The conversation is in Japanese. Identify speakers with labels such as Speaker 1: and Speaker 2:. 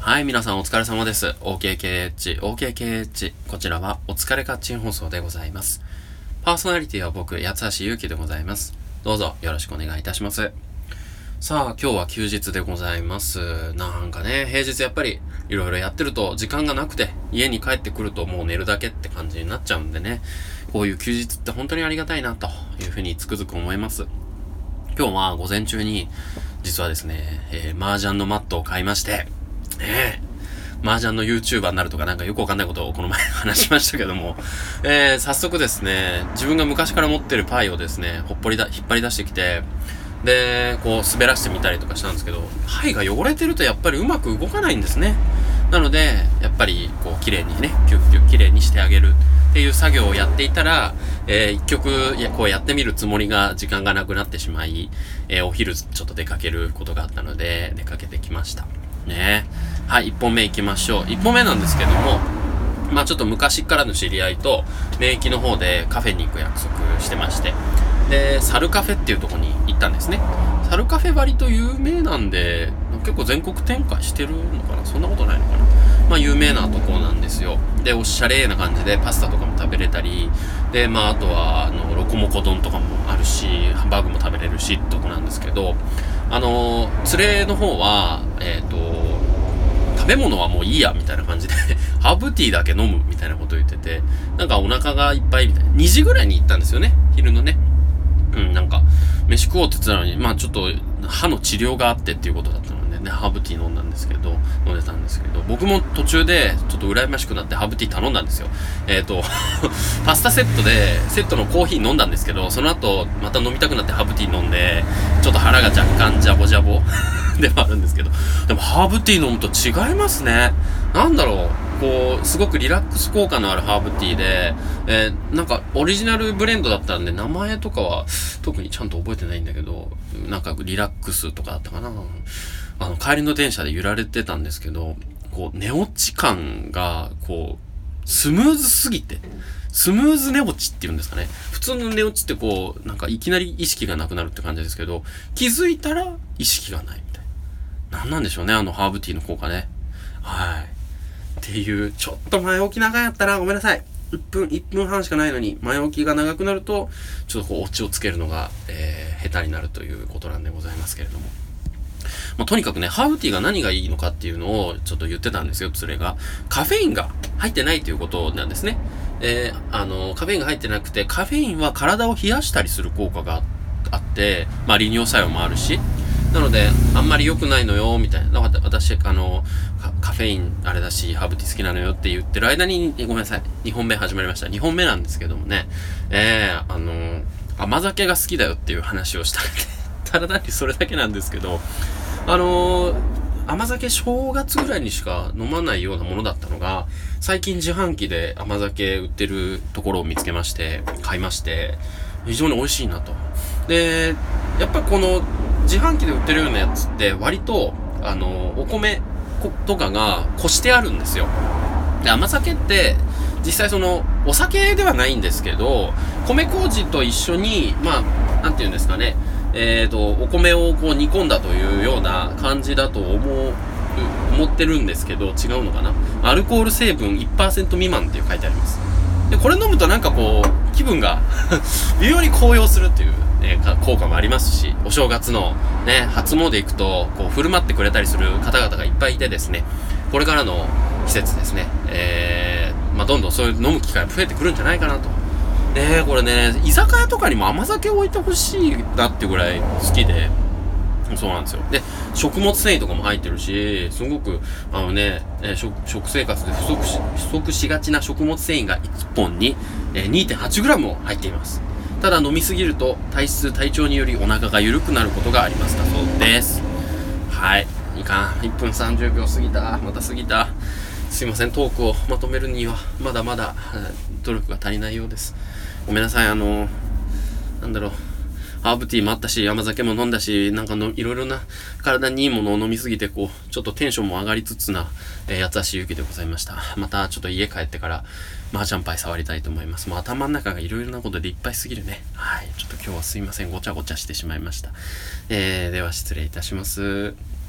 Speaker 1: はい、皆さんお疲れ様です。OKKH。こちらはお疲れカッチン放送でございます。パーソナリティは僕、八橋ゆうきでございます。どうぞよろしくお願いいたします。さあ、今日は休日でございます。なんかね、平日やっぱりいろいろやってると時間がなくて、家に帰ってくるともう寝るだけって感じになっちゃうんでね、こういう休日って本当にありがたいなというふうにつくづく思います。今日は午前中に、実はですね、麻雀のマットを買いまして、麻雀の YouTuber になるとかなんかよくわかんないことをこの前話しましたけども、早速ですね、自分が昔から持ってるパイをですね、引っ張り出してきて、で、こう滑らしてみたりとかしたんですけど、パイが汚れてるとやっぱりうまく動かないんですね。なので、やっぱりこう綺麗にね、綺麗にしてあげるっていう作業をやっていたら、一曲こうやってみるつもりが時間がなくなってしまい、お昼ちょっと出かけることがあったので、出かけてきました。ね。はい、1本目行きましょう。1本目なんですけども、まあちょっと昔からの知り合いと、名駅の方でカフェに行く約束してまして、で、サルカフェっていうところに行ったんですね。サルカフェ割と有名なんで、結構全国展開してるのかな、そんなことないのかな。まあ有名なとこなんですよ。で、おしゃれな感じでパスタとかも食べれたり、で、まああとは、ロコモコ丼とかもあるし、ハンバーグも食べれるしってとこなんですけど、連れの方は、食べ物はもういいやみたいな感じでハーブティーだけ飲むみたいなことを言ってて、なんかお腹がいっぱいみたいな。2時ぐらいに行ったんですよね、昼のね。なんか飯食おうって言ってたのに、まあちょっと歯の治療があってっていうことだったのでね、ハーブティー飲んでたんですけど、僕も途中でちょっと羨ましくなってハーブティー頼んだんですよ。パスタセットのコーヒー飲んだんですけど、その後また飲みたくなってハーブティー飲んで、ちょっと腹が若干ジャボジャボではあるんですけど、でもハーブティー飲むと違いますね。なんだろう、こうすごくリラックス効果のあるハーブティーで、なんかオリジナルブレンドだったんで名前とかは特にちゃんと覚えてないんだけど、なんかリラックスとかだったかな。帰りの電車で揺られてたんですけど、こう寝落ち感がこうスムーズすぎて、スムーズ寝落ちっていうんですかね。普通の寝落ちってこうなんかいきなり意識がなくなるって感じですけど、気づいたら意識がないみたいな。なんなんでしょうね、ハーブティーの効果ね。はい。っていう、ちょっと前置き長やったな、ごめんなさい。1分半しかないのに、前置きが長くなると、ちょっとこう、オチをつけるのが、下手になるということなんでございますけれども。まあ、とにかくね、ハーブティーが何がいいのかっていうのをちょっと言ってたんですよ、連れが。カフェインが入ってないということなんですね。カフェインが入ってなくて、カフェインは体を冷やしたりする効果があって、まあ、利尿作用もあるし、なので、あんまり良くないのよ、みたいな。私、カフェインあれだし、ハーブティー好きなのよって言ってる間に、ごめんなさい。2本目始まりました。2本目なんですけどもね。甘酒が好きだよっていう話をしたんで、ただ単にそれだけなんですけど、甘酒正月ぐらいにしか飲まないようなものだったのが、最近自販機で甘酒売ってるところを見つけまして、買いまして、非常に美味しいなと。で、やっぱこの、自販機で売ってるようなやつって割とお米とかがこしてあるんですよ。で、甘酒って実際そのお酒ではないんですけど、米麹と一緒にまあなんていうんですかね、お米をこう煮込んだというような感じだと思ってるんですけど、違うのかな。アルコール成分 1% 未満って書いてあります。で、これ飲むとなんかこう気分が微妙に高揚するっていう効果もありますし、お正月のね、初詣行くと、こう、振る舞ってくれたりする方々がいっぱいいてですね、これからの季節ですね、まあ、どんどんそういう飲む機会も増えてくるんじゃないかなと。これね、居酒屋とかにも甘酒を置いてほしいなっていうぐらい好きで、そうなんですよ。で、食物繊維とかも入ってるし、すごく、食生活で不足しがちな食物繊維が1本に、2.8g も入っています。ただ飲みすぎると体調によりお腹が緩くなることがありますだそうです。はい。いかん。1分30秒過ぎた。また過ぎた。すいません。トークをまとめるには、まだまだ努力が足りないようです。ごめんなさい。なんだろう。ハーブティーもあったし、甘酒も飲んだし、なんかいろいろな体にいいものを飲みすぎて、こう、ちょっとテンションも上がりつつな、八橋ゆうきでございました。またちょっと家帰ってから、麻雀パイ触りたいと思います。もう頭の中がいろいろなことでいっぱいすぎるね。はい。ちょっと今日はすいません。ごちゃごちゃしてしまいました。では失礼いたします。